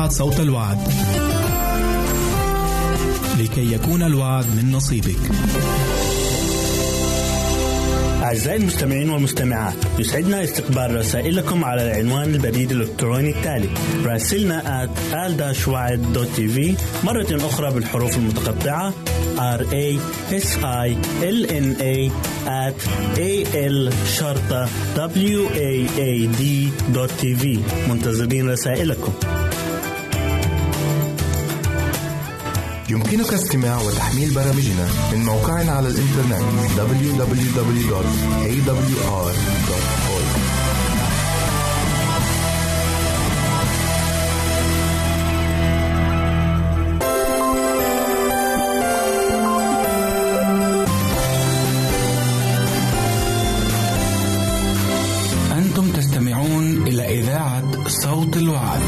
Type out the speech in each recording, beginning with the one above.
إذاعة صوت الوعد، لكي يكون الوعد من نصيبك. أعزائي المستمعين والمستمعات، يسعدنا استقبال رسائلكم على العنوان البريد الإلكتروني التالي: راسلنا @al-wa'ad.tv، مرة أخرى بالحروف المتقطعة RASILNA@al-WAAD.tv. منتظرين رسائلكم. يمكنك استماع وتحميل برامجنا من موقعنا على الإنترنت www.awr.org. أنتم تستمعون إلى إذاعة صوت الوعد.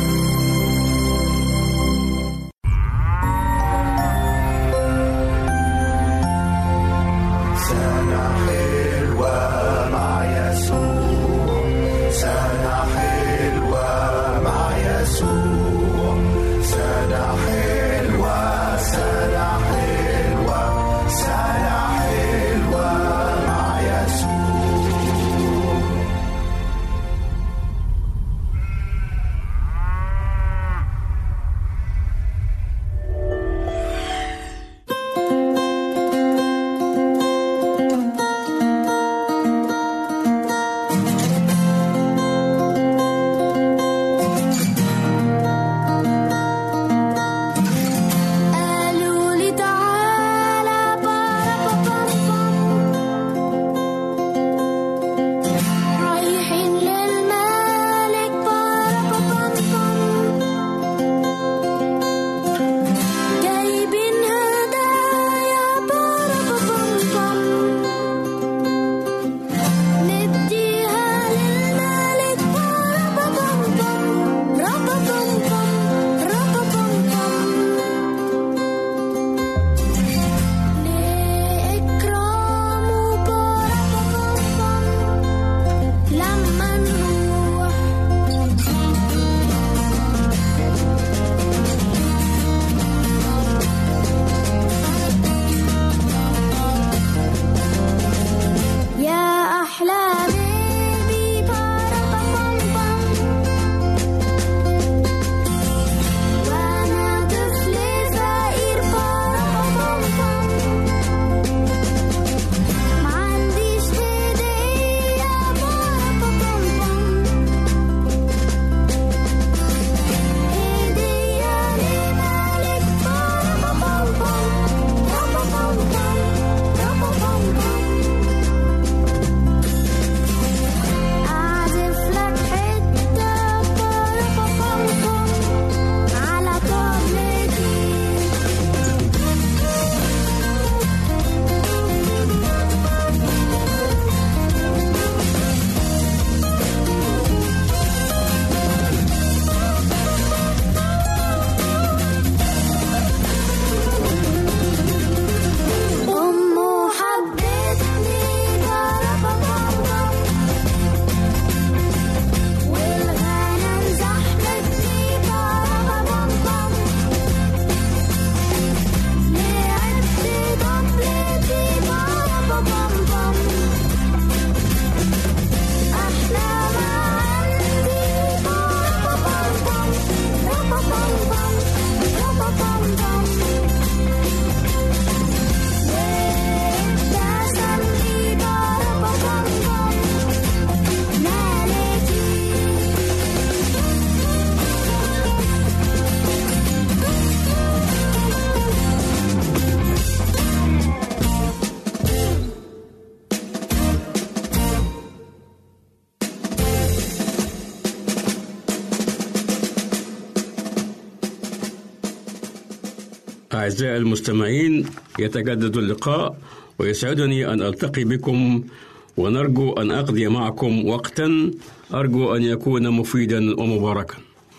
أعزائي المستمعين، يتجدد اللقاء ويسعدني أن ألتقي بكم، ونرجو أن أقضي معكم وقتا أرجو أن يكون مفيدا ومباركا.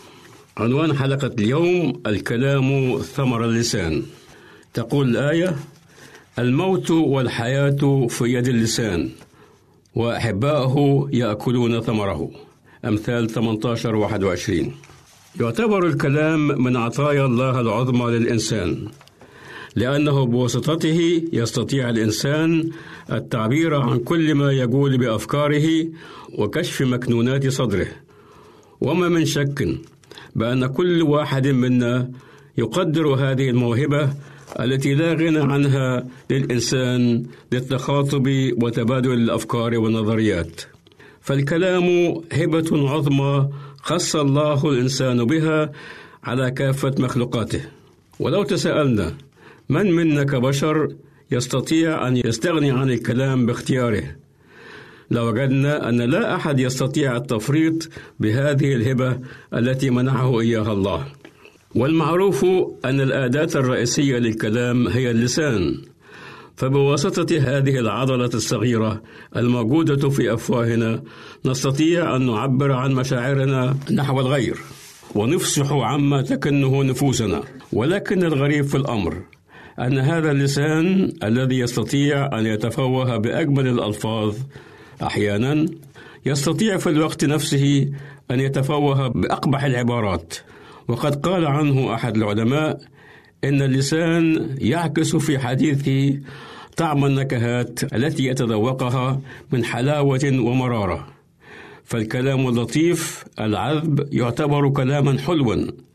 عنوان حلقة اليوم: الكلام ثمر اللسان. تقول الآية: الموت والحياة في يد اللسان، وأحباؤه يأكلون ثمره. أمثال 18:21. يعتبر الكلام من عطايا الله العظمى للإنسان، لأنه بواسطته يستطيع الإنسان التعبير عن كل ما يجول بأفكاره وكشف مكنونات صدره. وما من شك بأن كل واحد منا يقدر هذه الموهبة التي لا غنى عنها للإنسان للتخاطب وتبادل الأفكار والنظريات. فالكلام هبة عظمى خص الله الإنسان بها على كافة مخلوقاته. ولو تساءلنا من منا كبشر يستطيع أن يستغني عن الكلام باختياره، لوجدنا أن لا أحد يستطيع التفريط بهذه الهبة التي منحه إياها الله. والمعروف أن الأداة الرئيسية للكلام هي اللسان، فبواسطة هذه العضلة الصغيرة الموجودة في أفواهنا نستطيع أن نعبر عن مشاعرنا نحو الغير ونفصح عما تكنه نفوسنا. ولكن الغريب في الأمر أن هذا اللسان الذي يستطيع أن يتفوه بأجمل الألفاظ أحيانا يستطيع في الوقت نفسه أن يتفوه بأقبح العبارات. وقد قال عنه أحد العلماء إن اللسان يعكس في حديثه طعم النكهات التي يتذوقها من حلاوة ومرارة. فالكلام اللطيف العذب يعتبر كلاما حلوا،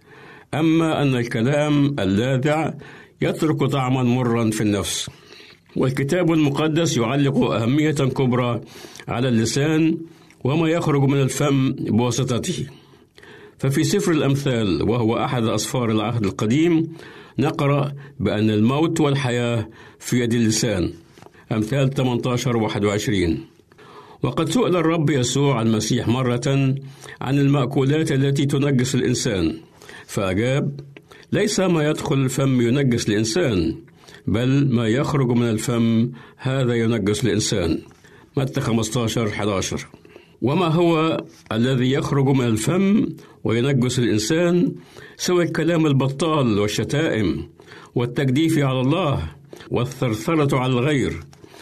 أما أن الكلام اللاذع يترك طعما مرا في النفس. والكتاب المقدس يعلق أهمية كبرى على اللسان وما يخرج من الفم بواسطته. ففي سفر الأمثال، وهو أحد أسفار العهد القديم، نقرأ بأن الموت والحياة في يد اللسان. أمثال 18:21. وقد سئل الرب يسوع المسيح مرة عن المأكولات التي تنجس الإنسان، فأجاب: ليس ما يدخل الفم ينجس الإنسان، بل ما يخرج من الفم هذا ينجس الإنسان. متى 15:11. وما هو الذي يخرج من الفم وينجس الإنسان سوى الكلام البطال والشتائم والتجديف على الله والثرثرة على الغير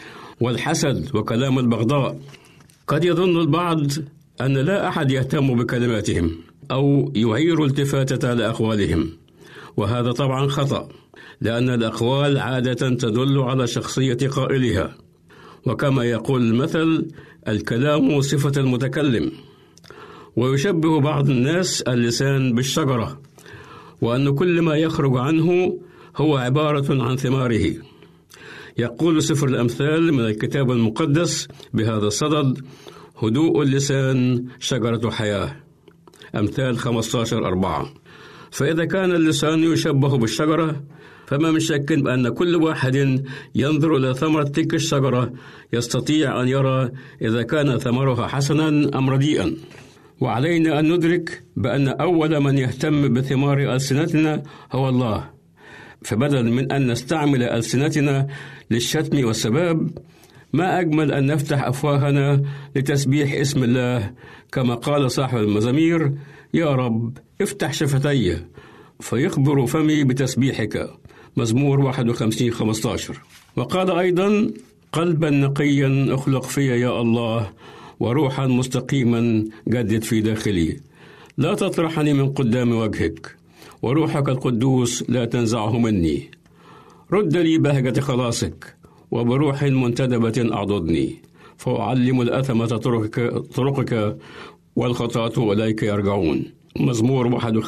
والحسد وكلام البغضاء. قد يظن البعض أن لا أحد يهتم بكلماتهم أو يعير التفاتة لأقوالهم، وهذا طبعا خطأ، لأن الأقوال عادة تدل على شخصية قائلها، وكما يقول المثل: الكلام صفة المتكلم. ويشبه بعض الناس اللسان بالشجرة، وأن كل ما يخرج عنه هو عبارة عن ثماره. يقول سفر الأمثال من الكتاب المقدس بهذا الصدد: هدوء اللسان شجرة حياة. أمثال 15:4. فإذا كان اللسان يشبه بالشجرة، فما من شك بأن كل واحد ينظر إلى ثمرة تلك الشجرة يستطيع أن يرى إذا كان ثمرها حسنا أم رديئا. وعلينا أن ندرك بأن أول من يهتم بثمار ألسنتنا هو الله. فبدلا من أن نستعمل ألسنتنا للشتم والسباب، ما أجمل أن نفتح أفواهنا لتسبيح اسم الله، كما قال صاحب المزامير: يا رب افتح شفتي فيخبر فمي بتسبيحك. مزمور 51:15. وقال أيضا: قلبا نقيا أخلق في يا الله، وروحا مستقيما جدد في داخلي. لا تطرحني من قدام وجهك، وروحك القدوس لا تنزعه مني. رد لي بهجة خلاصك، وبروح منتدبة أعضدني، فأعلم الأثمة طرقك والخطاة إليك يرجعون. مزمور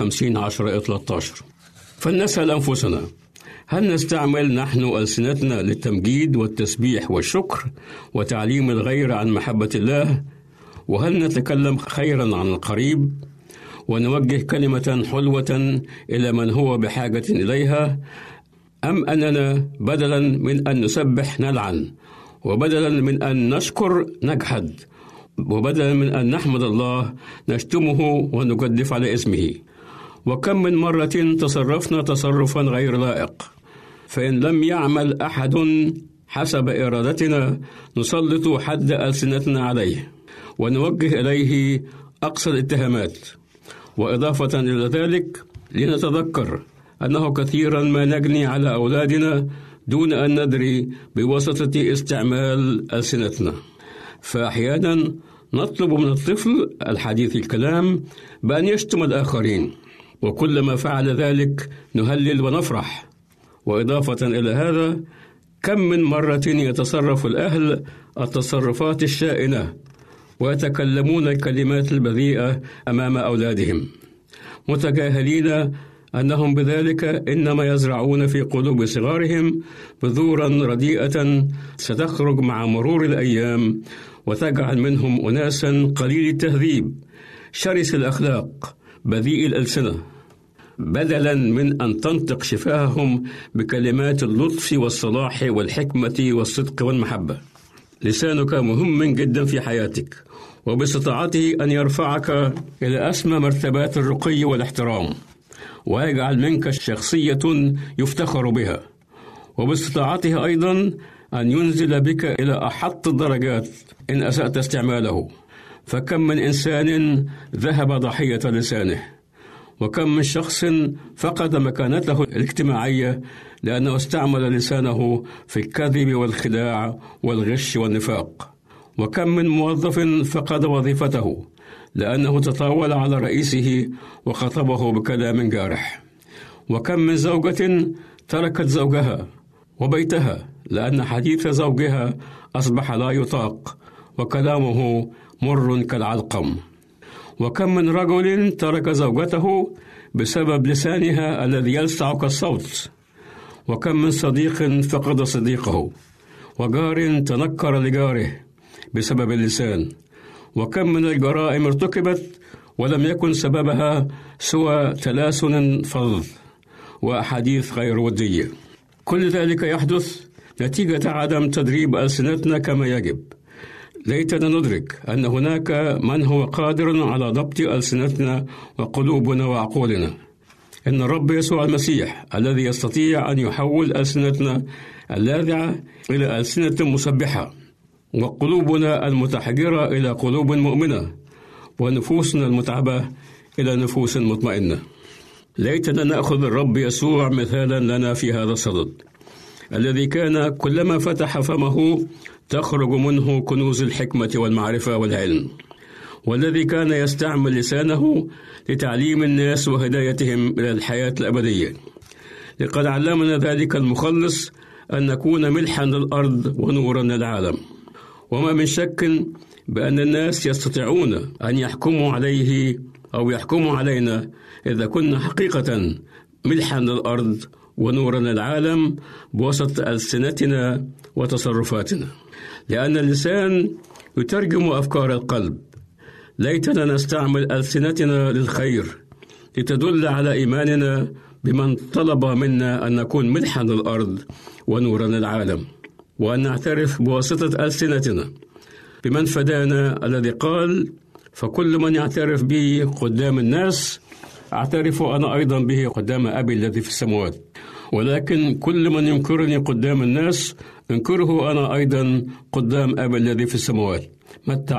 51:10-13. فلنسأل أنفسنا: هل نستعمل نحن ألسنتنا للتمجيد والتسبيح والشكر وتعليم الغير عن محبة الله؟ وهل نتكلم خيرا عن القريب ونوجه كلمة حلوة إلى من هو بحاجة إليها؟ أم أننا بدلا من أن نسبح نلعن، وبدلا من أن نشكر نجحد، وبدلا من أن نحمد الله نشتمه ونجدف على اسمه؟ وكم من مرة تصرفنا تصرفا غير لائق، فإن لم يعمل أحد حسب إرادتنا نسلط حد ألسنتنا عليه ونوجه إليه أقصى الاتهامات. وإضافة إلى ذلك، لنتذكر أنه كثيرا ما نجني على أولادنا دون أن ندري بواسطة استعمال ألسنتنا. فأحيانا نطلب من الطفل الحديث الكلام بأن يشتم الآخرين، وكلما فعل ذلك نهلل ونفرح. وإضافة إلى هذا، كم من مرة يتصرف الأهل التصرفات الشائنة ويتكلمون الكلمات البذيئة أمام أولادهم، متجاهلين أنهم بذلك إنما يزرعون في قلوب صغارهم بذورا رديئة ستخرج مع مرور الأيام وتجعل منهم أناسا قليل التهذيب، شرس الأخلاق، بذيء الألسنة، بدلا من أن تنطق شفاههم بكلمات اللطف والصلاح والحكمة والصدق والمحبة. لسانك مهم جدا في حياتك، وباستطاعته أن يرفعك إلى أسمى مرتبات الرقي والاحترام، ويجعل منك شخصية يفتخر بها، وباستطاعته أيضا أن ينزل بك إلى أحط الدرجات إن أسأت استعماله. فكم من إنسان ذهب ضحية لسانه، وكم من شخص فقد مكانته الاجتماعية لأنه استعمل لسانه في الكذب والخداع والغش والنفاق، وكم من موظف فقد وظيفته لأنه تطاول على رئيسه وخطبه بكلام جارح، وكم من زوجة تركت زوجها وبيتها لأن حديث زوجها أصبح لا يطاق وكلامه مر كالعلقم، وكم من رجل ترك زوجته بسبب لسانها الذي يلسع كالصوت، وكم من صديق فقد صديقه، وجار تنكر لجاره بسبب اللسان، وكم من الجرائم ارتكبت ولم يكن سببها سوى تلاسن فظ وأحاديث غير ودية. كل ذلك يحدث نتيجة عدم تدريب ألسنتنا كما يجب. ليتنا ندرك أن هناك من هو قادر على ضبط ألسنتنا وقلوبنا وعقولنا. إن الرب يسوع المسيح الذي يستطيع أن يحول ألسنتنا اللاذعة إلى ألسنة مسبحة، وقلوبنا المتحجرة إلى قلوب مؤمنة، ونفوسنا المتعبة إلى نفوس مطمئنة. ليتنا نأخذ الرب يسوع مثالا لنا في هذا الصدد، الذي كان كلما فتح فمه تخرج منه كنوز الحكمة والمعرفة والعلم، والذي كان يستعمل لسانه لتعليم الناس وهدايتهم إلى الحياة الأبدية. لقد علمنا ذلك المخلص أن نكون ملحا للأرض ونورا للعالم. وما من شك بأن الناس يستطيعون أن يحكموا عليه أو يحكموا علينا إذا كنا حقيقة ملحا للأرض ونورا للعالم بوسط ألسنتنا وتصرفاتنا، لأن اللسان يترجم أفكار القلب. ليتنا نستعمل ألسنتنا للخير لتدل على إيماننا بمن طلب منا أن نكون ملحا للأرض ونورا للعالم، وأن نعترف بواسطة ألسنتنا بمن فدانا الذي قال: فكل من يعترف بي قدام الناس أعترف أنا أيضا به قدام أبي الذي في السماوات، ولكن كل من ينكرني قدام الناس انكره أنا أيضا قدام أبي الذي في السماوات. متى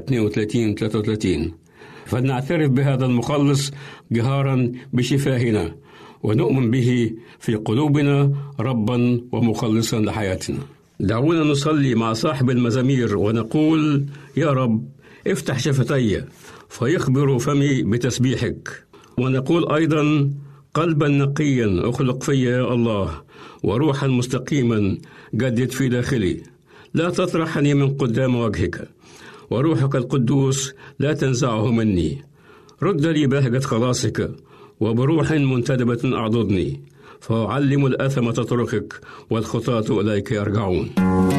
10:32-33. فلنعترف بهذا المخلص جهارا بشفاهنا، ونؤمن به في قلوبنا ربا ومخلصا لحياتنا. دعونا نصلي مع صاحب المزامير ونقول: يا رب افتح شفتي فيخبر فمي بتسبيحك. ونقول أيضا: قلبا نقيا أخلق في يا الله، وروحا مستقيما جدد في داخلي. لا تطرحني من قدام وجهك، وروحك القدوس لا تنزعه مني. رد لي بهجة خلاصك، وبروح منتدبة أعضدني، فأعلم الأثمة طرقك والخطاة إليك يرجعون.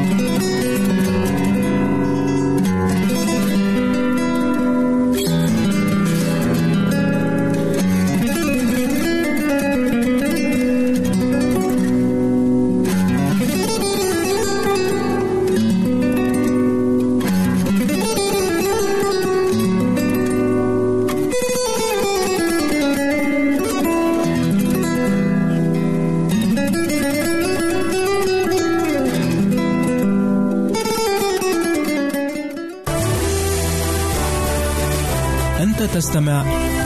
تستمع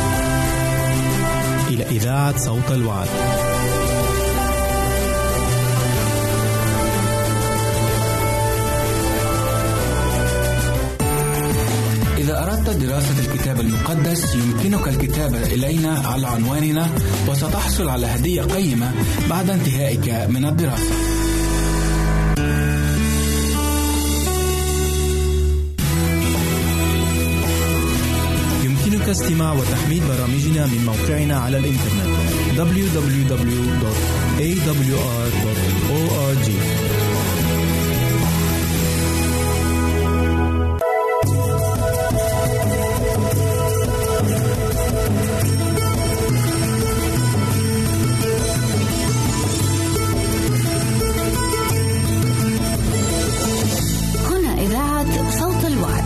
إلى إذاعة صوت الوعد. إذا أردت أردت دراسة الكتاب المقدس يمكنك الكتابة إلينا على عنواننا، وستحصل على هدية قيمة بعد انتهائك من الدراسة. يمكنك استماع وتحميل برامجنا من موقعنا على الإنترنت www.awr.org. هنا إذاعة صوت الوعد.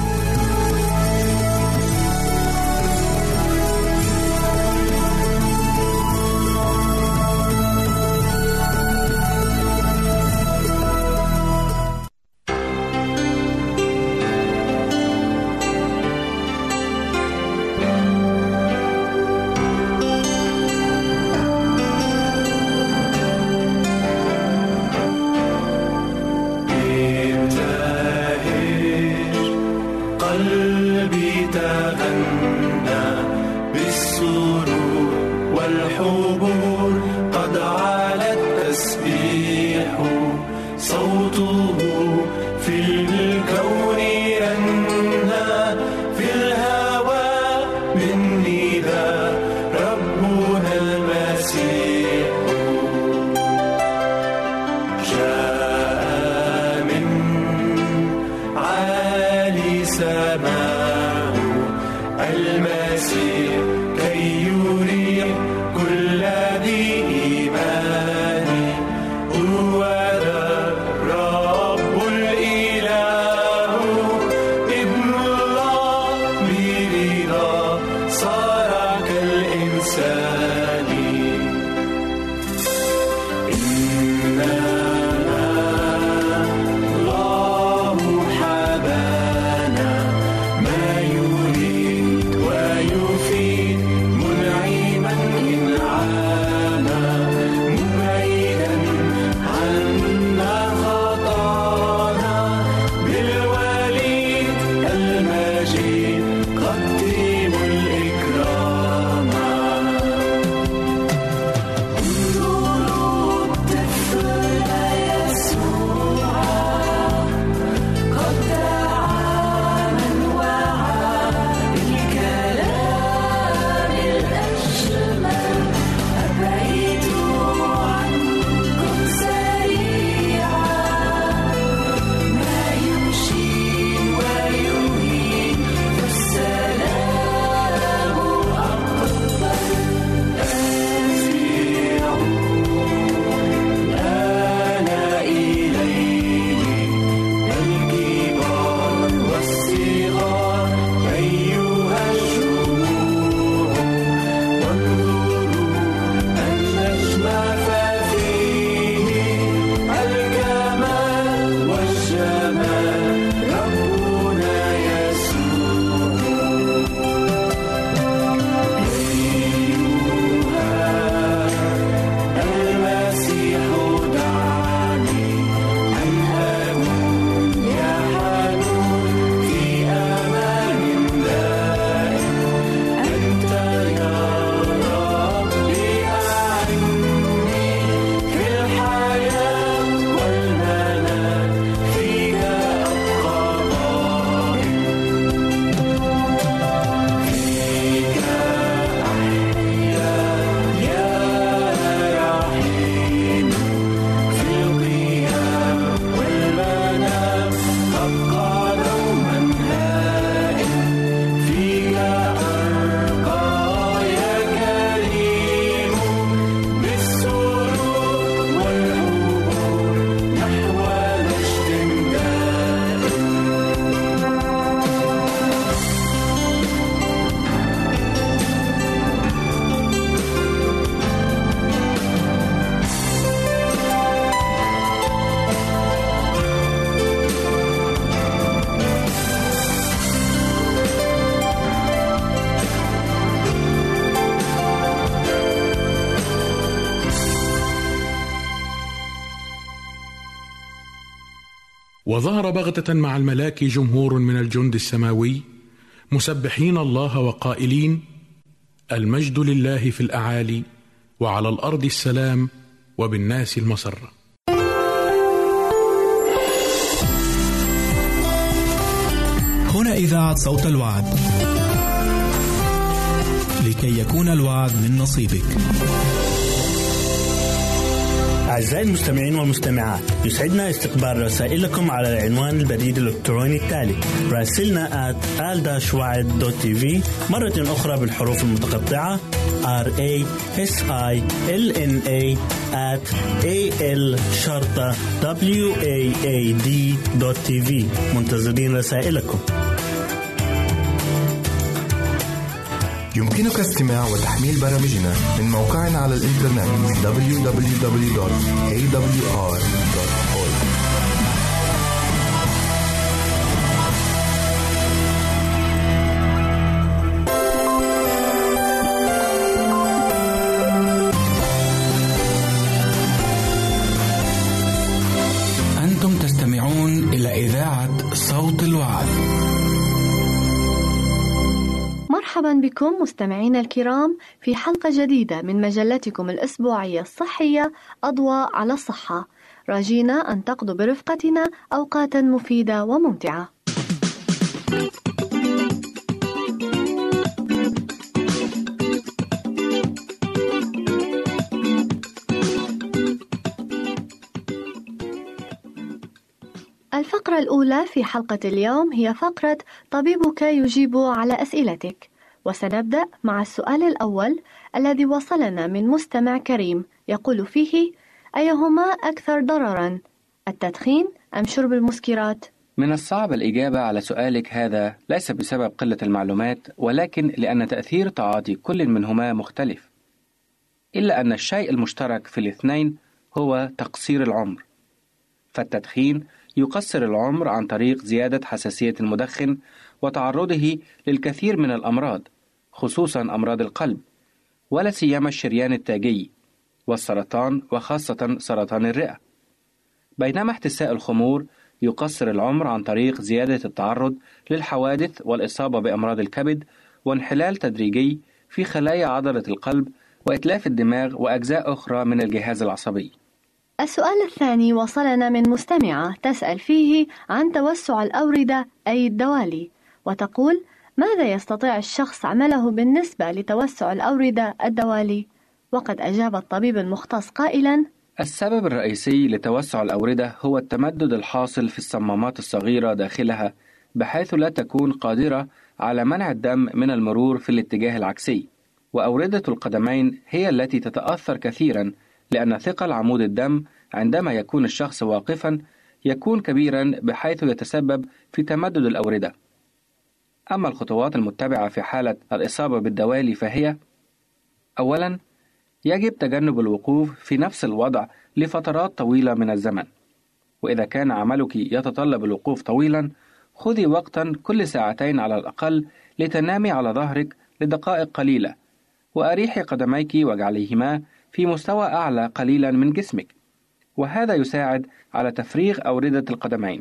وظهر بغتة مع الملاك جمهور من الجند السماوي مسبحين الله وقائلين: المجد لله في الأعالي، وعلى الأرض السلام، وبالناس المسرة. هنا إذاعة صوت الوعد، لكي يكون الوعد من نصيبك. أعزائي المستمعين والمستمعات، يسعدنا استقبال رسائلكم على العنوان البريد الإلكتروني التالي: راسلنا @al-wa'ad.tv، مرة أخرى بالحروف المتقطعة RASILNA@al-waad.tv. منتظرين رسائلكم. يمكنك استماع وتحميل برامجنا من موقعنا على الإنترنت www.awr.org. أنتم تستمعون إلى إذاعة صوت الوعد. مرحبا بكم مستمعينا الكرام في حلقة جديدة من مجلتكم الأسبوعية الصحية أضواء على الصحة، راجينا أن تقضوا برفقتنا أوقاتا مفيدة وممتعة. الفقرة الأولى في حلقة اليوم هي فقرة طبيبك يجيب على أسئلتك، وسنبدأ مع السؤال الأول الذي وصلنا من مستمع كريم يقول فيه: أيهما أكثر ضرراً، التدخين أم شرب المسكرات؟ من الصعب الإجابة على سؤالك هذا، ليس بسبب قلة المعلومات، ولكن لأن تأثير تعاطي كل منهما مختلف، إلا أن الشيء المشترك في الاثنين هو تقصير العمر. فالتدخين يقصر العمر عن طريق زيادة حساسية المدخن وتعرضه للكثير من الأمراض، خصوصا أمراض القلب، ولا سيما الشريان التاجي والسرطان، وخاصة سرطان الرئة. بينما احتساء الخمور يقصر العمر عن طريق زيادة التعرض للحوادث والإصابة بأمراض الكبد وانحلال تدريجي في خلايا عضلة القلب وإتلاف الدماغ وأجزاء أخرى من الجهاز العصبي. السؤال الثاني وصلنا من مستمعة تسأل فيه عن توسع الأوردة أي الدوالي، وتقول: ماذا يستطيع الشخص عمله بالنسبة لتوسع الأوردة الدوالي؟ وقد أجاب الطبيب المختص قائلا: السبب الرئيسي لتوسع الأوردة هو التمدد الحاصل في الصمامات الصغيرة داخلها، بحيث لا تكون قادرة على منع الدم من المرور في الاتجاه العكسي. وأوردة القدمين هي التي تتأثر كثيرا، لأن ثقل عمود الدم عندما يكون الشخص واقفا يكون كبيرا بحيث يتسبب في تمدد الأوردة. أما الخطوات المتبعة في حالة الإصابة بالدوالي فهي: أولا، يجب تجنب الوقوف في نفس الوضع لفترات طويلة من الزمن، وإذا كان عملك يتطلب الوقوف طويلا، خذي وقتا كل ساعتين على الأقل لتنامي على ظهرك لدقائق قليلة، وأريحي قدميك واجعليهما في مستوى أعلى قليلا من جسمك، وهذا يساعد على تفريغ أوردة القدمين.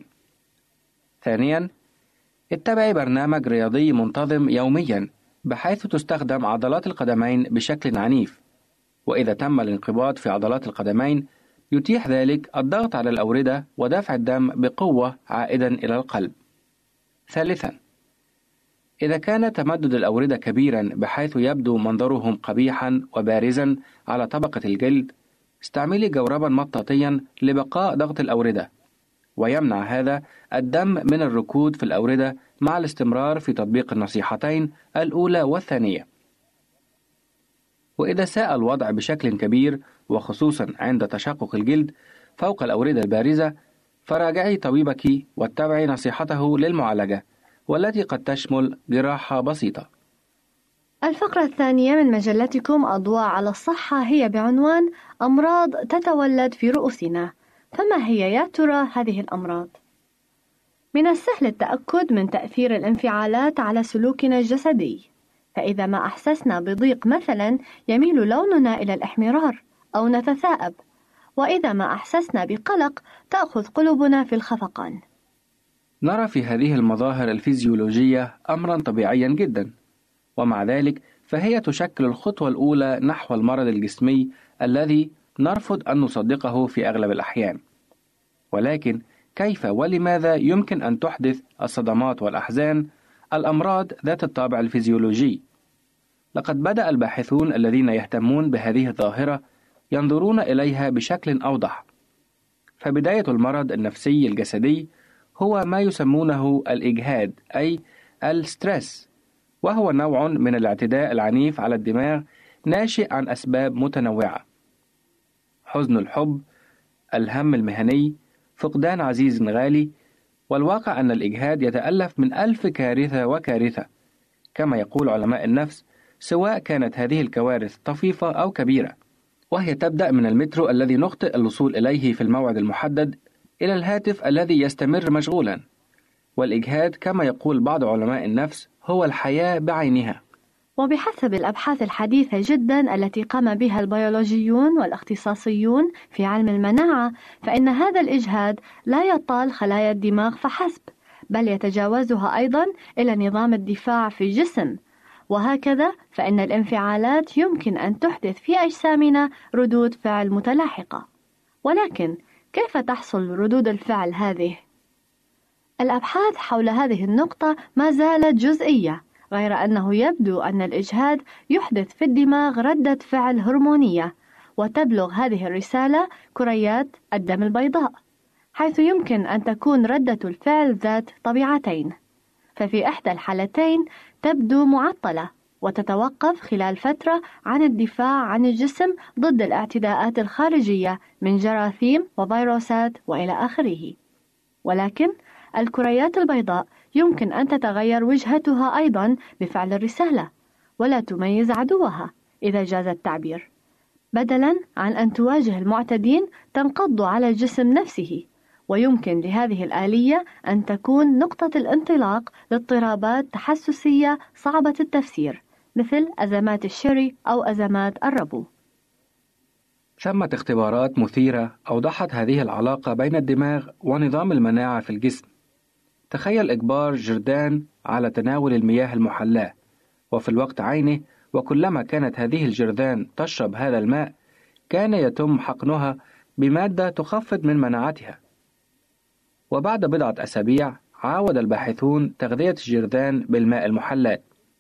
ثانيا، اتبعي برنامج رياضي منتظم يوميا بحيث تستخدم عضلات القدمين بشكل عنيف، وإذا تم الانقباض في عضلات القدمين يتيح ذلك الضغط على الأوردة ودفع الدم بقوة عائدا إلى القلب. ثالثا، إذا كان تمدد الأوردة كبيرا بحيث يبدو منظرهم قبيحا وبارزا على طبقة الجلد، استعملي جوربا مطاطيا لبقاء ضغط الأوردة، ويمنع هذا الدم من الركود في الأوردة مع الاستمرار في تطبيق النصيحتين الأولى والثانية. وإذا ساء الوضع بشكل كبير، وخصوصا عند تشقق الجلد فوق الأوردة البارزة، فراجعي طبيبك واتبعي نصيحته للمعالجة، والتي قد تشمل جراحة بسيطة. الفقرة الثانية من مجلتكم أضواء على الصحة هي بعنوان أمراض تتولد في رؤوسنا، فما هي يا ترى هذه الأمراض؟ من السهل التأكد من تأثير الانفعالات على سلوكنا الجسدي، فإذا ما أحسسنا بضيق مثلا يميل لوننا إلى الإحمرار أو نتثاءب، وإذا ما أحسسنا بقلق تأخذ قلوبنا في الخفقان. نرى في هذه المظاهر الفيزيولوجية أمرا طبيعيا جدا، ومع ذلك فهي تشكل الخطوة الأولى نحو المرض الجسمي الذي نرفض أن نصدقه في أغلب الأحيان. ولكن كيف ولماذا يمكن أن تحدث الصدمات والأحزان الأمراض ذات الطابع الفيزيولوجي؟ لقد بدأ الباحثون الذين يهتمون بهذه الظاهرة ينظرون إليها بشكل أوضح. فبداية المرض النفسي الجسدي هو ما يسمونه الإجهاد، أي الستريس، وهو نوع من الاعتداء العنيف على الدماغ ناشئ عن أسباب متنوعة: حزن الحب، الهم المهني، فقدان عزيز غالي. والواقع أن الإجهاد يتألف من 1000 كارثة وكارثة كما يقول علماء النفس، سواء كانت هذه الكوارث طفيفة أو كبيرة، وهي تبدأ من المترو الذي نخطئ الوصول إليه في الموعد المحدد إلى الهاتف الذي يستمر مشغولا. والإجهاد كما يقول بعض علماء النفس هو الحياة بعينها. وبحسب الأبحاث الحديثة جدا التي قام بها البيولوجيون والاختصاصيون في علم المناعة، فإن هذا الإجهاد لا يطال خلايا الدماغ فحسب، بل يتجاوزها أيضا إلى نظام الدفاع في الجسم. وهكذا فإن الانفعالات يمكن أن تحدث في أجسامنا ردود فعل متلاحقة. ولكن كيف تحصل ردود الفعل هذه؟ الأبحاث حول هذه النقطة ما زالت جزئية، غير أنه يبدو أن الإجهاد يحدث في الدماغ ردة فعل هرمونية، وتبلغ هذه الرسالة كريات الدم البيضاء، حيث يمكن أن تكون ردة الفعل ذات طبيعتين. ففي إحدى الحالتين تبدو معطلة وتتوقف خلال فترة عن الدفاع عن الجسم ضد الاعتداءات الخارجية من جراثيم وفيروسات وإلى آخره. ولكن الكريات البيضاء يمكن أن تتغير وجهتها أيضا بفعل الرسالة، ولا تميز عدوها إذا جاز التعبير، بدلا عن أن تواجه المعتدين تنقض على الجسم نفسه. ويمكن لهذه الآلية أن تكون نقطة الانطلاق لاضطرابات تحسسية صعبة التفسير، مثل أزمات الشري أو أزمات الربو. ثمة اختبارات مثيرة أوضحت هذه العلاقة بين الدماغ ونظام المناعة في الجسم. تخيل إجبار جردان على تناول المياه المحلاة، وفي الوقت عينه وكلما كانت هذه الجرذان تشرب هذا الماء كان يتم حقنها بمادة تخفض من مناعتها. وبعد بضعة أسابيع عاود الباحثون تغذية الجرذان بالماء المحلى.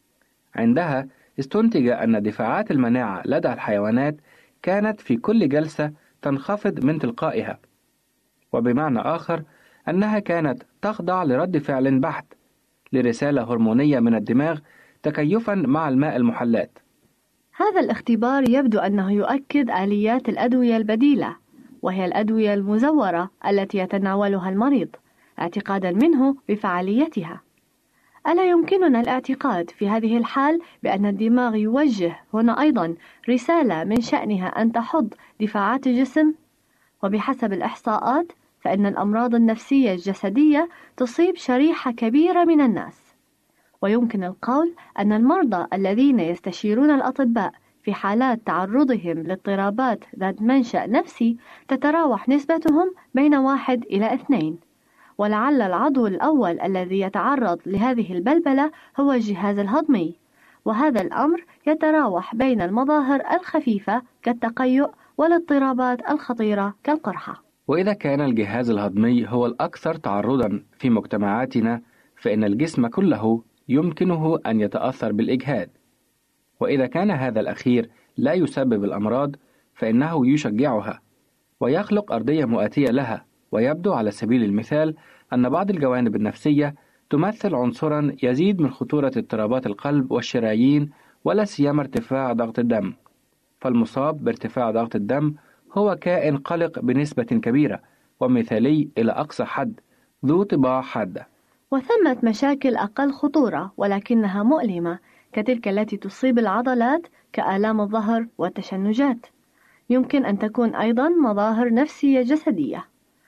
عندها استنتج أن دفاعات المناعة لدى الحيوانات كانت في كل جلسة تنخفض من تلقائها، وبمعنى آخر أنها كانت تخضع لرد فعل بحت لرسالة هرمونية من الدماغ تكيفا مع الماء المحلى. هذا الاختبار يبدو أنه يؤكد آليات الأدوية البديلة، وهي الأدوية المزورة التي يتناولها المريض اعتقادا منه بفعاليتها. ألا يمكننا الاعتقاد في هذه الحال بأن الدماغ يوجه هنا أيضا رسالة من شأنها أن تحض دفاعات الجسم؟ وبحسب الإحصاءات فإن الأمراض النفسية الجسدية تصيب شريحة كبيرة من الناس، ويمكن القول أن المرضى الذين يستشيرون الأطباء في حالات تعرضهم لاضطرابات ذات منشأ نفسي تتراوح نسبتهم بين 1 إلى 2، ولعل العضو الأول الذي يتعرض لهذه البلبلة هو الجهاز الهضمي، وهذا الأمر يتراوح بين المظاهر الخفيفة كالتقيؤ والاضطرابات الخطيرة كالقرحة. وإذا كان الجهاز الهضمي هو الأكثر تعرضا في مجتمعاتنا، فإن الجسم كله يمكنه أن يتأثر بالإجهاد. وإذا كان هذا الأخير لا يسبب الأمراض فإنه يشجعها ويخلق أرضية مؤاتية لها. ويبدو على سبيل المثال أن بعض الجوانب النفسية تمثل عنصرا يزيد من خطورة اضطرابات القلب والشرايين، ولا سيما ارتفاع ضغط الدم. فالمصاب بارتفاع ضغط الدم هو كائن قلق بنسبة كبيرة ومثالي إلى أقصى حد، ذو طباع حادة. وثمة مشاكل أقل خطورة ولكنها مؤلمة كتلك التي تصيب العضلات كآلام الظهر والتشنجات. يمكن أن تكون أيضا مظاهر نفسية جسدية،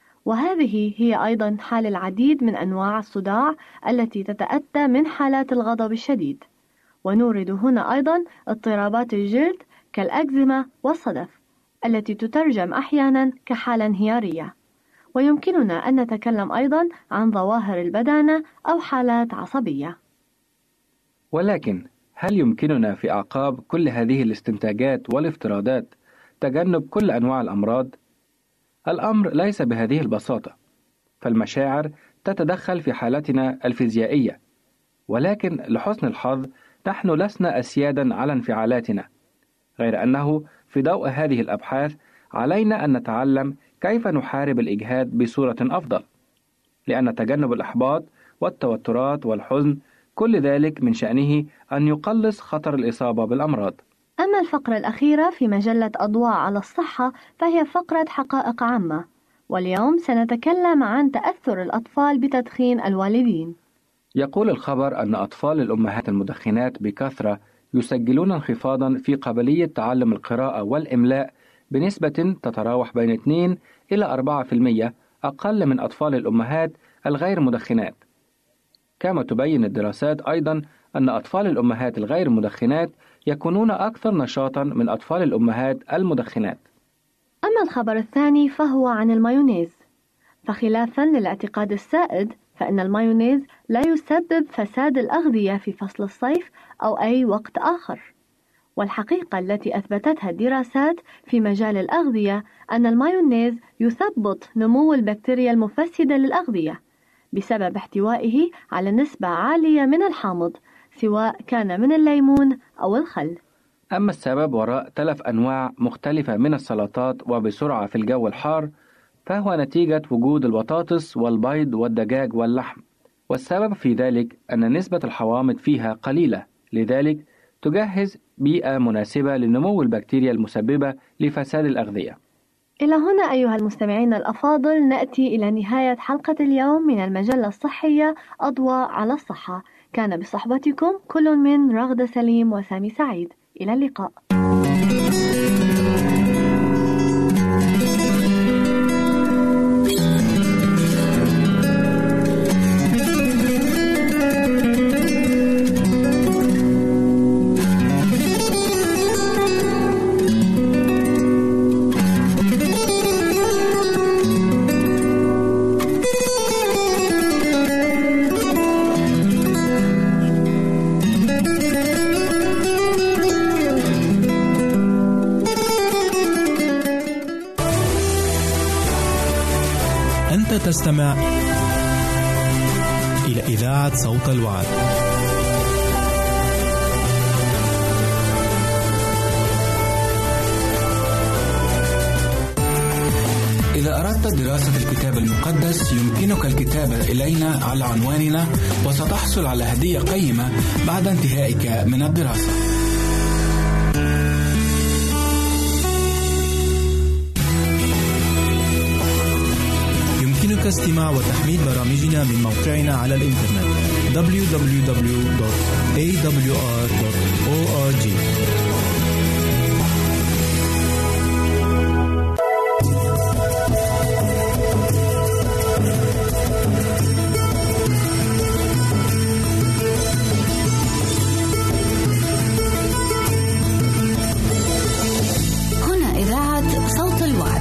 وهذه هي أيضا حال العديد من أنواع الصداع التي تتأتى من حالات الغضب الشديد. ونورد هنا أيضا اضطرابات الجلد كالأكزيما والصدف التي تترجم أحيانا كحالة انهيارية. ويمكننا أن نتكلم أيضا عن ظواهر البدانة أو حالات عصبية. ولكن هل يمكننا في أعقاب كل هذه الاستنتاجات والافتراضات تجنب كل أنواع الأمراض؟ الأمر ليس بهذه البساطة، فالمشاعر تتدخل في حالتنا الفيزيائية، ولكن لحسن الحظ نحن لسنا أسيادا على انفعالاتنا، غير أنه في ضوء هذه الأبحاث علينا أن نتعلم كيف نحارب الإجهاد بصورة أفضل، لأن تجنب الإحباط والتوترات والحزن كل ذلك من شأنه أن يقلص خطر الإصابة بالأمراض. أما الفقرة الأخيرة في مجلة أضواء على الصحة فهي فقرة حقائق عامة، واليوم سنتكلم عن تأثر الأطفال بتدخين الوالدين. يقول الخبر أن أطفال الأمهات المدخنات بكثرة يسجلون انخفاضا في قابلية تعلم القراءة والإملاء بنسبة تتراوح بين 2 إلى 4% أقل من أطفال الأمهات الغير مدخنات. كما تبين الدراسات أيضا أن أطفال الأمهات الغير مدخنات يكونون أكثر نشاطا من أطفال الأمهات المدخنات. أما الخبر الثاني فهو عن المايونيز، فخلافا للاعتقاد السائد فإن المايونيز لا يسبب فساد الأغذية في فصل الصيف أو أي وقت آخر، والحقيقة التي أثبتتها الدراسات في مجال الأغذية أن المايونيز يثبط نمو البكتيريا المفسدة للأغذية بسبب احتوائه على نسبة عالية من الحامض، سواء كان من الليمون أو الخل. أما السبب وراء تلف أنواع مختلفة من السلطات وبسرعة في الجو الحار فهو نتيجة وجود البطاطس والبيض والدجاج واللحم، والسبب في ذلك أن نسبة الحوامض فيها قليلة، لذلك تجهز بيئة مناسبة لنمو البكتيريا المسببة لفساد الأغذية. إلى هنا أيها المستمعين الأفاضل نأتي إلى نهاية حلقة اليوم من المجلة الصحية أضواء على الصحة. كان بصحبتكم كل من رغدة سليم وسامي سعيد. إلى اللقاء. تستمع إلى إذاعة صوت الوعد. إذا أردت دراسة الكتاب المقدس يمكنك الكتابة إلينا على عنواننا، وستحصل على هدية قيمة بعد انتهائك من الدراسة. يمكنك استماع وتحميل برامجنا من موقعنا على الإنترنت www.awr.org. هنا إذاعة صوت الوعد.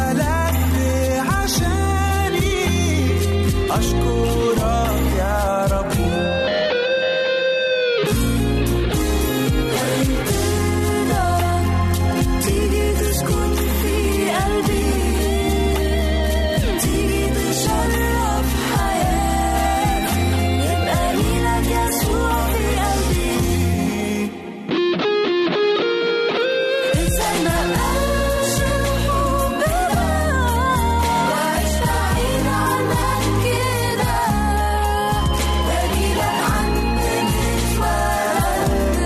ملكت عشاني، أشكرك يا رب. تيجي تسكن في قلبي، تيجي تشرف حياتي، يبقى ليلك يسوع في قلبي. إنسان ما قالش الحب ده، وعيش بعيد عنك كده، دليلك عندي اتولدت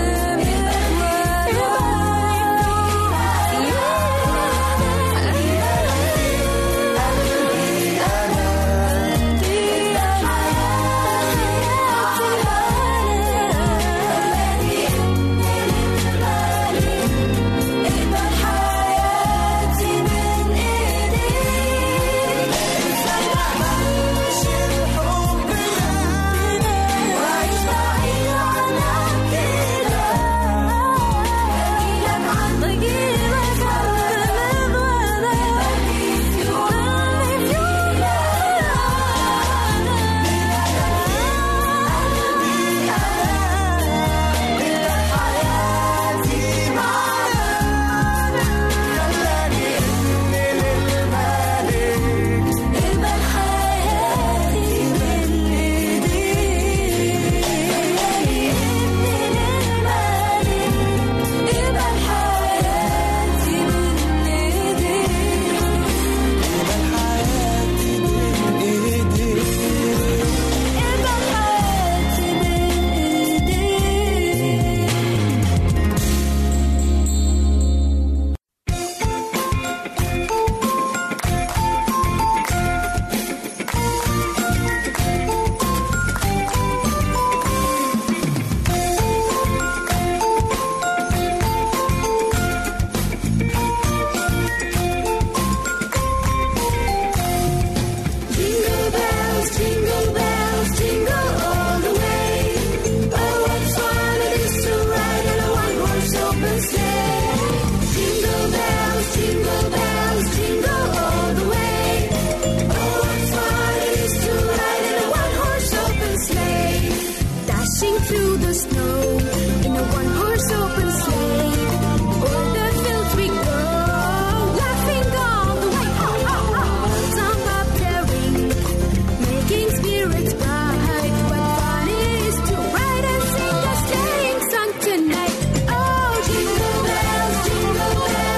through the snow in a one-horse open sleigh. O'er the fields we go, laughing all the way. Song of tearing, making spirits bright. What fun it is to ride and sing a sleighing song tonight. Oh, jingle bells, jingle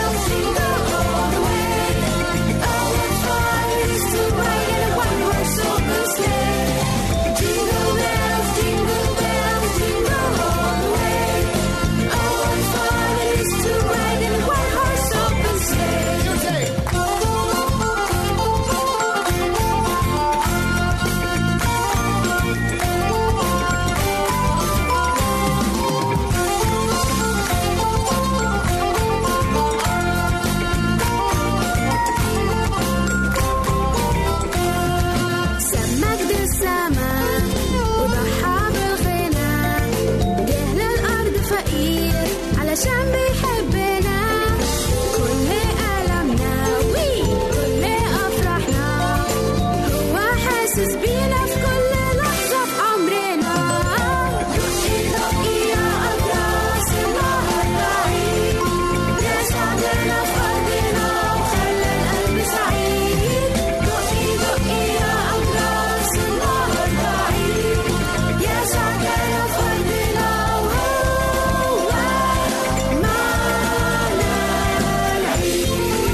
all the way. Oh, what fun it is to ride in a one-horse open sleigh. Jingle bells, jingle bells, jingle all the way. Oh, what fun it is to ride in a one-horse open sleigh. سمك ده السما وضحى بالغنى، جه للأرض فقير علشان بيحبنا. كل ألمنا وكل أفراحنا، هو حاسس بينا في كل لحظة في عمرنا. دقي دقي يا أجراس النهر بعيد، يسوع جانا في أرضنا وخلى القلب سعيد. دقي دقي يا أجراس النهر بعيد، يسوع جانا في أرضنا وهو معنا العيد.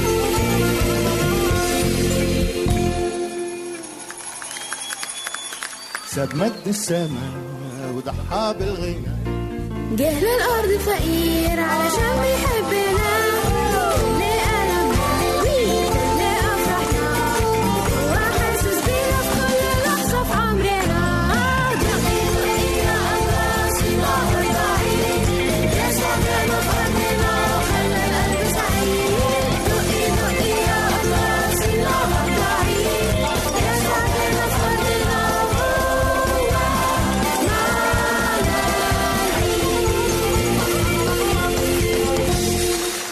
ساب مد السماء وضحى بالغنى، جه للأرض فقير علشان بيحبنا. كل ألمنا وكل أفراحنا، هو حاسس بينا في كل لحظة في عمرنا. دقي دقي يا أجراس النهر بعيد، يسوع جانا في أرضنا وخلى القلب سعيد. دقي دقي يا أجراس النهر بعيد، يسوع جانا في أرضنا وهو معنا العيد.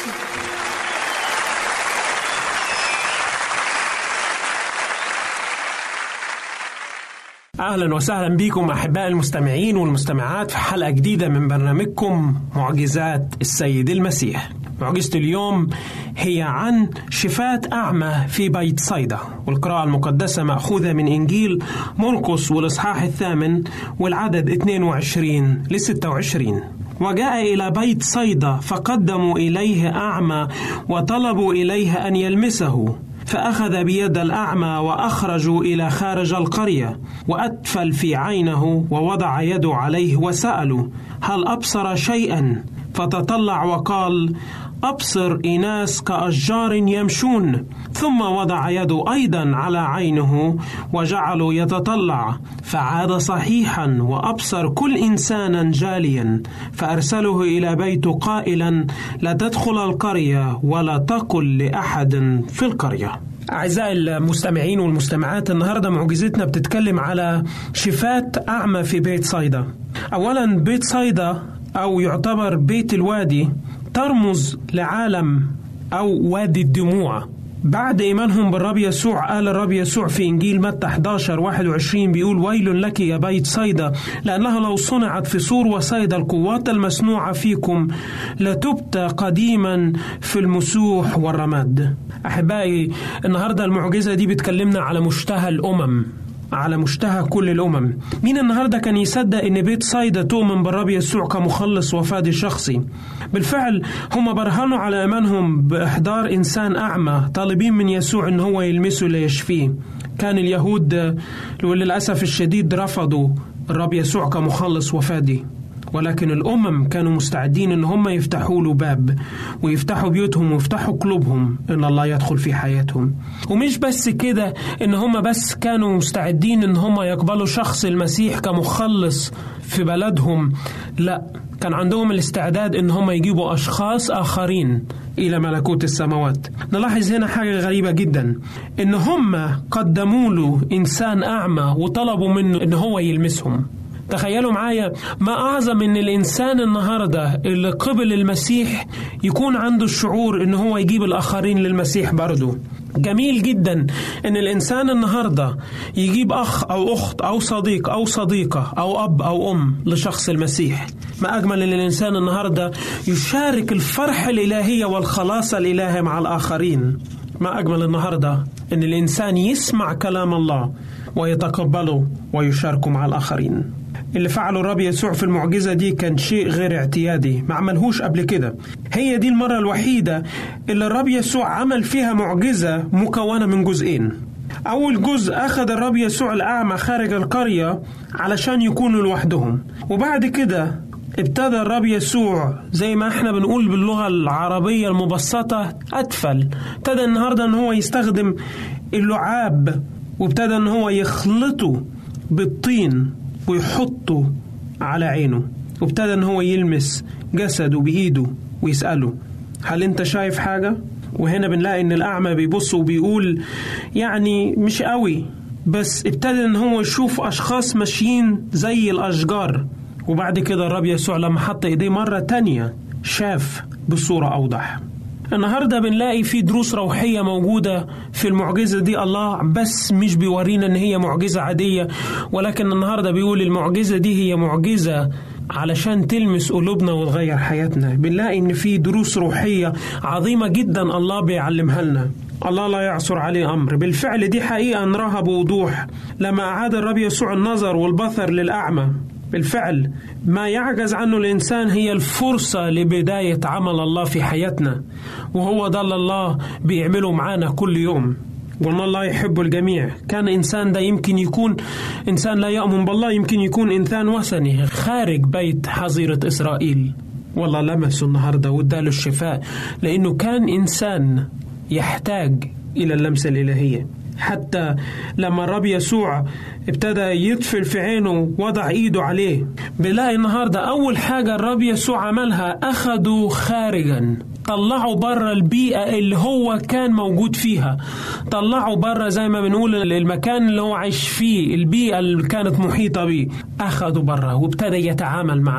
أهلا وسهلا بكم أحباء المستمعين والمستمعات في حلقة جديدة من برنامجكم معجزات السيد المسيح. معجزة اليوم هي عن شفاة أعمى في بيت صيدا، والقراءة المقدسة مأخوذة من إنجيل مرقس والإصحاح 8 والعدد 22 ل 26. وجاء إلى بيت صيدا فقدموا إليه أعمى وطلبوا إليه أن يلمسه، فأخذ بيد الأعمى وأخرجوا إلى خارج القرية، وأتفل في عينه ووضع يده عليه وسألوا: هل أبصر شيئا؟ فتطلع وقال: أبصر إناس كأشجار يمشون. ثم وضع يده أيضا على عينه وجعله يتطلع، فعاد صحيحا وأبصر كل إنسانا جاليا. فأرسله إلى بيته قائلا: لا تدخل القرية ولا تقل لأحد في القرية. أعزائي المستمعين والمستمعات، النهاردة معجزتنا بتتكلم على شفاة أعمى في بيت صيدا. أولا بيت صيدا أو يعتبر بيت الوادي ترمز لعالم أو وادي الدموع. بعد إيمانهم بالرب يسوع قال الرب يسوع في إنجيل متى 11:21 بيقول: ويل لك يا بيت صيدا، لأنها لو صنعت في سور وصيدا القوات المصنوعة فيكم لتبتى قديما في المسوح والرماد. أحبائي، النهاردة المعجزة دي بتكلمنا على مشتهى الأمم، على مشتهى كل الأمم. مين النهاردة كان يصدق إن بيت صيدا تؤمن بالرب يسوع كمخلص وفادي شخصي؟ بالفعل هم برهنوا على إيمانهم بإحضار إنسان أعمى طالبين من يسوع إن هو يلمسه ليشفيه. كان اليهود وللأسف الشديد رفضوا الرب يسوع كمخلص وفادي، ولكن الأمم كانوا مستعدين إن هم يفتحوا له باب ويفتحوا بيوتهم ويفتحوا قلوبهم إن الله يدخل في حياتهم. ومش بس كده إن هم بس كانوا مستعدين إن هم يقبلوا شخص المسيح كمخلص في بلدهم، لا، كان عندهم الاستعداد إن هم يجيبوا أشخاص آخرين إلى ملكوت السماوات. نلاحظ هنا حاجة غريبة جدا، إن هم قدموا له إنسان أعمى وطلبوا منه إن هو يلمسهم. تخيلوا معايا ما أعظم إن الإنسان النهاردة اللي قبل المسيح يكون عنده الشعور إن هو يجيب الآخرين للمسيح برضو. جميل جدا إن الإنسان النهاردة يجيب أخ أو أخت أو صديق أو صديقة أو أب أو أم لشخص المسيح. ما أجمل إن الإنسان النهاردة يشارك الفرح الإلهية والخلاص الإلهي مع الآخرين. ما أجمل النهاردة إن الإنسان يسمع كلام الله ويتقبله ويشاركه مع الآخرين. اللي فعله الرب يسوع في المعجزة دي كان شيء غير اعتيادي، ما عملهوش قبل كده. هي دي المرة الوحيدة اللي الرب يسوع عمل فيها معجزة مكونة من جزئين. أول جزء أخذ الرب يسوع الأعمى خارج القرية علشان يكونوا لوحدهم، وبعد كده ابتدى الرب يسوع زي ما احنا بنقول باللغة العربية المبسطة ابتدى النهاردة ان هو يستخدم اللعاب، وابتدى ان هو يخلطه بالطين ويحطه على عينه، وابتدى ان هو يلمس جسده بإيده ويسأله: هل انت شايف حاجة؟ وهنا بنلاقي ان الأعمى بيبص وبيقول يعني مش قوي، بس ابتدى ان هو يشوف أشخاص ماشيين زي الأشجار. وبعد كده الرب يسوع لما حط ايديه مرة تانية شاف بصورة أوضح. النهاردة بنلاقي في دروس روحية موجودة في المعجزة دي. الله بس مش بيورينا ان هي معجزة عادية، ولكن النهاردة بيقول المعجزة دي هي معجزة علشان تلمس قلوبنا وتغير حياتنا. بنلاقي ان في دروس روحية عظيمة جدا الله بيعلمها لنا. الله لا يعصر عليه أمر. بالفعل دي حقيقة نراها بوضوح لما أعاد الرب يسوع النظر والبصر للأعمى. بالفعل ما يعجز عنه الإنسان هي الفرصة لبداية عمل الله في حياتنا، وهو ده اللي الله بيعمله معانا كل يوم. وأن الله يحب الجميع. كان إنسان ده يمكن يكون إنسان لا يؤمن بالله، يمكن يكون إنسان وثني خارج بيت حظيرة إسرائيل، والله لمسه النهاردة واداله الشفاء، لأنه كان إنسان يحتاج إلى اللمسة الإلهية. حتى لما الرب يسوع ابتدى يطفل في عينه وضع ايده عليه، بنلاقي النهاردة اول حاجة الرب يسوع عملها اخدوا خارجا، طلعوا برا البيئة اللي هو كان موجود فيها، طلعوا برا زي ما بنقول المكان اللي هو عايش فيه، البيئة اللي كانت محيطة بيه، اخدوا برا وابتدى يتعامل معاه.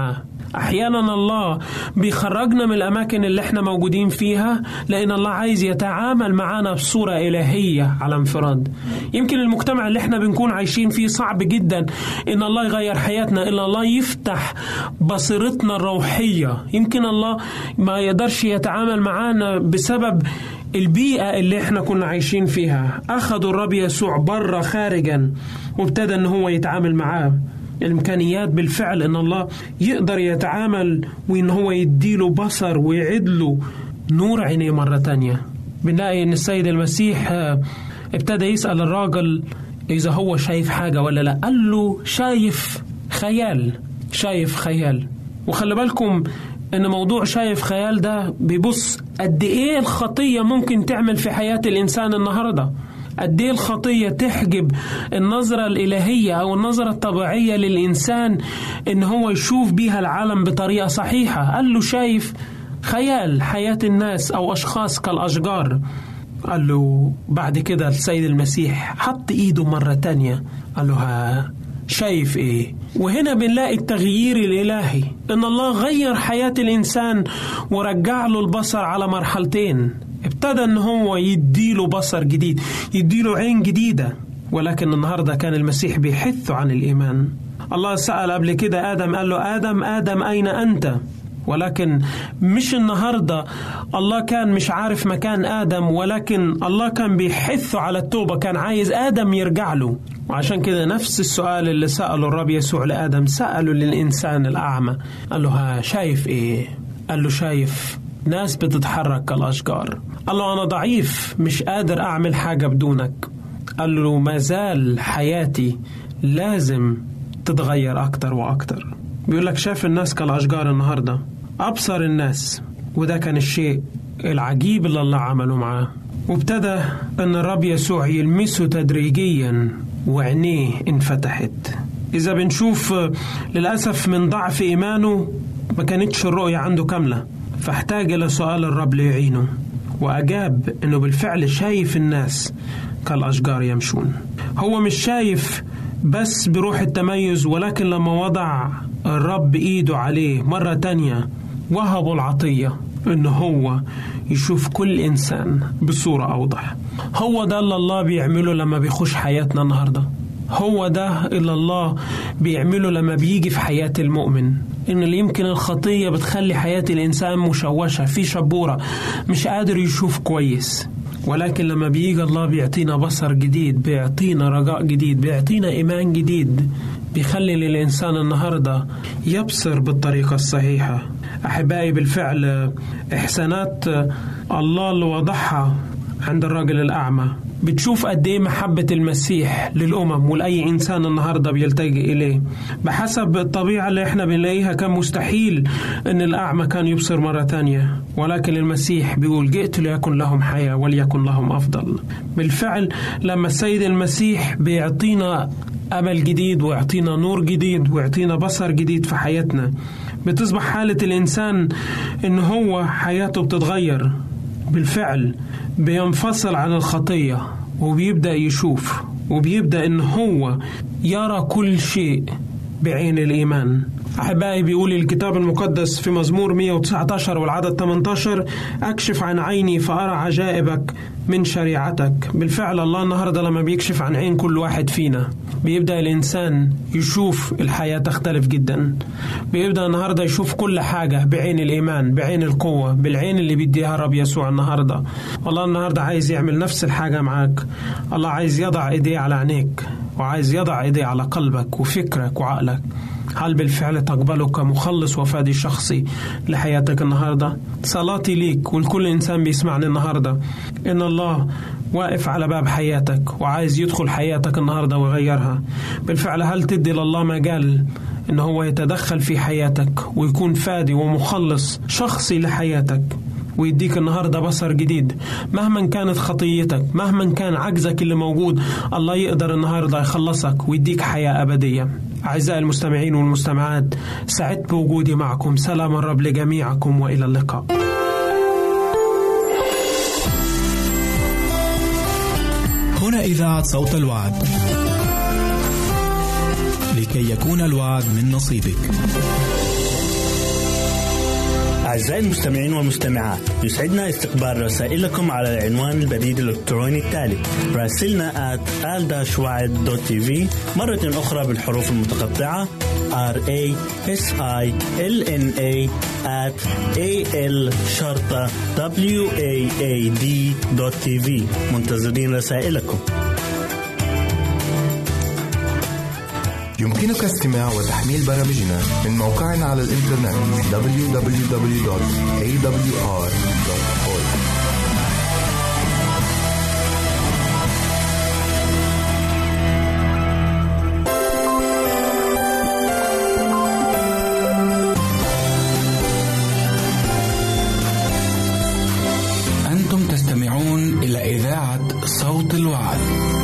أحيانا الله بيخرجنا من الأماكن اللي احنا موجودين فيها لأن الله عايز يتعامل معنا بصورة إلهية على انفراد. يمكن المجتمع اللي احنا بنكون عايشين فيه صعب جدا إن الله يغير حياتنا، إلا الله يفتح بصيرتنا الروحية. يمكن الله ما يقدرش يتعامل معنا بسبب البيئة اللي احنا كنا عايشين فيها. أخذوا الرب يسوع برا خارجا وابتدى ان هو يتعامل معاه. الإمكانيات بالفعل ان الله يقدر يتعامل وان هو يديله بصر ويعدله نور عينيه مرة تانية. بنلاقي ان السيد المسيح ابتدى يسأل الراجل إذا هو شايف حاجة ولا لا. قال له شايف خيال، شايف خيال. وخلي بالكم ان موضوع شايف خيال ده بيبص قد ايه الخطية ممكن تعمل في حياة الانسان النهاردة، قد ايه الخطية تحجب النظرة الالهية او النظرة الطبيعية للانسان ان هو يشوف بيها العالم بطريقة صحيحة. قال له شايف خيال حياة الناس او اشخاص كالاشجار. قال له بعد كده السيد المسيح حط ايده مرة تانية قال له شايف ايه؟ وهنا بنلاقي التغيير الإلهي، إن الله غير حياة الإنسان ورجع له البصر على مرحلتين. ابتدى إن هو يديله بصر جديد، يديله عين جديدة. ولكن النهاردة كان المسيح بيحث عن الإيمان. الله سأل قبل كده آدم، قال له آدم أين أنت؟ ولكن مش النهاردة الله كان مش عارف مكان آدم، ولكن الله كان بيحثه على التوبة، كان عايز آدم يرجع له. وعشان كده نفس السؤال اللي سأله الرب يسوع لآدم سأله للإنسان الأعمى. قال له شايف إيه؟ قال له شايف ناس بتتحرك كالأشجار. قال له أنا ضعيف مش قادر أعمل حاجة بدونك. قال له ما زال حياتي لازم تتغير أكتر وأكتر. بيقول لك شاف الناس كالأشجار النهاردة، أبصر الناس. وده كان الشيء العجيب اللي الله عمله معاه. وابتدى أن الرب يسوع يلمسه تدريجيا وعينيه انفتحت. إذا بنشوف للأسف من ضعف إيمانه ما كانتش الرؤية عنده كاملة، فاحتاج إلى سؤال الرب ليعينه، وأجاب أنه بالفعل شايف الناس كالأشجار يمشون. هو مش شايف بس بروح التميز، ولكن لما وضع الرب إيده عليه مرة تانية وهبه العطية إنه هو يشوف كل إنسان بصورة أوضح. هو ده اللي الله بيعمله لما بيخش حياتنا النهاردة. هو ده اللي الله بيعمله لما بيجي في حياة المؤمن. إن اللي يمكن الخطية بتخلي حياة الإنسان مشوشة في شبورة، مش قادر يشوف كويس. ولكن لما بيجي الله بيعطينا بصر جديد، بيعطينا رجاء جديد، بيعطينا إيمان جديد، بيخلي للإنسان النهاردة يبصر بالطريقة الصحيحة. أحبائي بالفعل إحسانات الله اللي وضعها عند الرجل الأعمى بتشوف قد ايه محبة المسيح للأمم ولأي إنسان النهاردة بيلتجئ إليه. بحسب الطبيعة اللي احنا بنلاقيها كان مستحيل أن الأعمى كان يبصر مرة تانية، ولكن المسيح بيقول جئت ليكن لهم حياة وليكن لهم أفضل. بالفعل لما السيد المسيح بيعطينا أمل جديد ويعطينا نور جديد ويعطينا بصر جديد في حياتنا، بتصبح حالة الإنسان إن هو حياته بتتغير. بالفعل بينفصل عن الخطية وبيبدأ يشوف، وبيبدأ إن هو يرى كل شيء بعين الإيمان. أحبائي بيقول الكتاب المقدس في مزمور 119 والعدد 18 أكشف عن عيني فأرى عجائبك من شريعتك. بالفعل الله النهاردة لما بيكشف عن عين كل واحد فينا بيبدأ الإنسان يشوف الحياة تختلف جدا. بيبدأ النهاردة يشوف كل حاجة بعين الإيمان، بعين القوة، بالعين اللي بيديها رب يسوع النهاردة. والله النهاردة عايز يعمل نفس الحاجة معاك. الله عايز يضع إيديه على عينيك، وعايز يضع إيديه على قلبك وفكرك وعقلك. هل بالفعل تقبله كمخلص وفادي شخصي لحياتك النهاردة؟ صلاتي ليك ولكل إنسان بيسمعني النهاردة إن الله واقف على باب حياتك وعايز يدخل حياتك النهاردة ويغيرها. بالفعل هل تدي لله مجال إن هو يتدخل في حياتك ويكون فادي ومخلص شخصي لحياتك، ويديك النهاردة بصر جديد؟ مهما كانت خطيتك، مهما كان عجزك اللي موجود، الله يقدر النهاردة يخلصك ويديك حياة أبدية. أعزائي المستمعين والمستمعات، سعدت بوجودي معكم. سلام الرب لجميعكم وإلى اللقاء. هنا إذاعة صوت الوعد، لكي يكون الوعد من نصيبك. أعزائي المستمعين والمستمعات، يسعدنا استقبال رسائلكم على العنوان البريد الإلكتروني التالي: راسلنا @al-waad.tv، مرة أخرى بالحروف المتقطعة RASILNA@al-waad.tv. منتظرين رسائلكم. يمكنك استماع وتحميل برامجنا من موقعنا على الإنترنت www.awr.org. أنتم تستمعون إلى إذاعة صوت الوعد.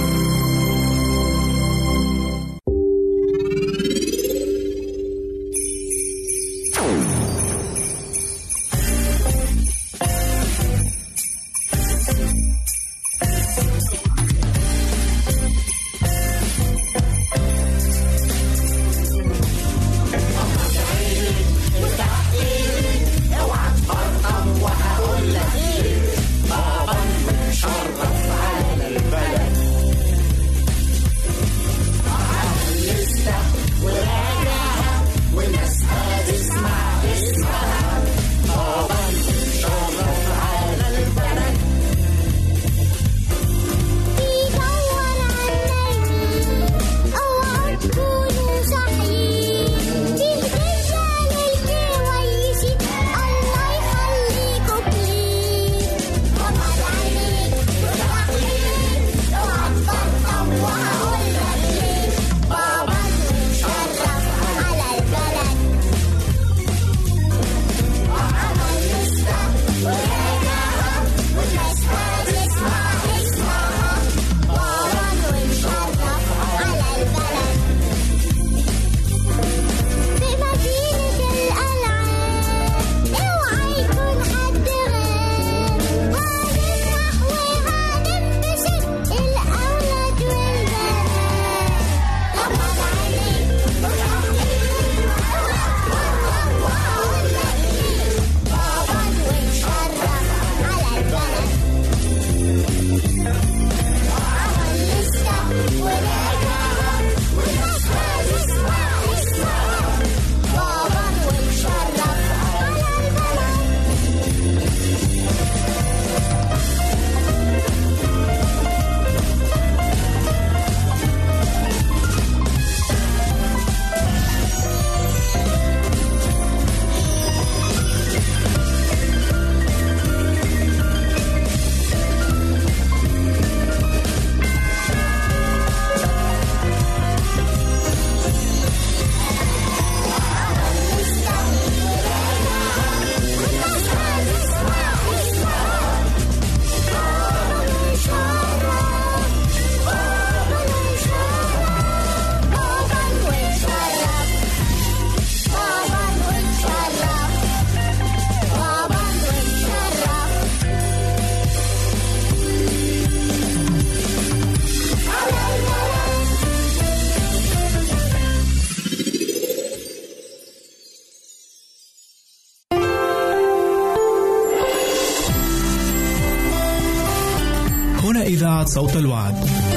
هنا إذاعة صوت الوعد،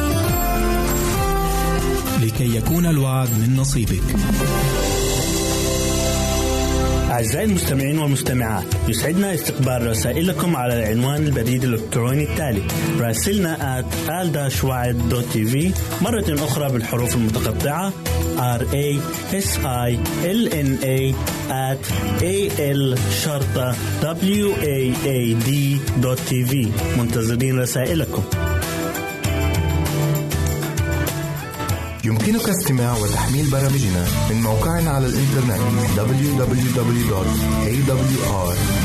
لكي يكون الوعد من نصيبك. أعزائي المستمعين والمستمعات، يسعدنا استقبال رسائلكم على العنوان البريد الإلكتروني التالي: راسلنا @al-waad.tv، مرة أخرى بالحروف المتقطعة RASILNA@al-waad.tv. منتظرين رسائلكم. يمكنك استماع وتحميل برامجنا من موقعنا على الإنترنت www.awr.org.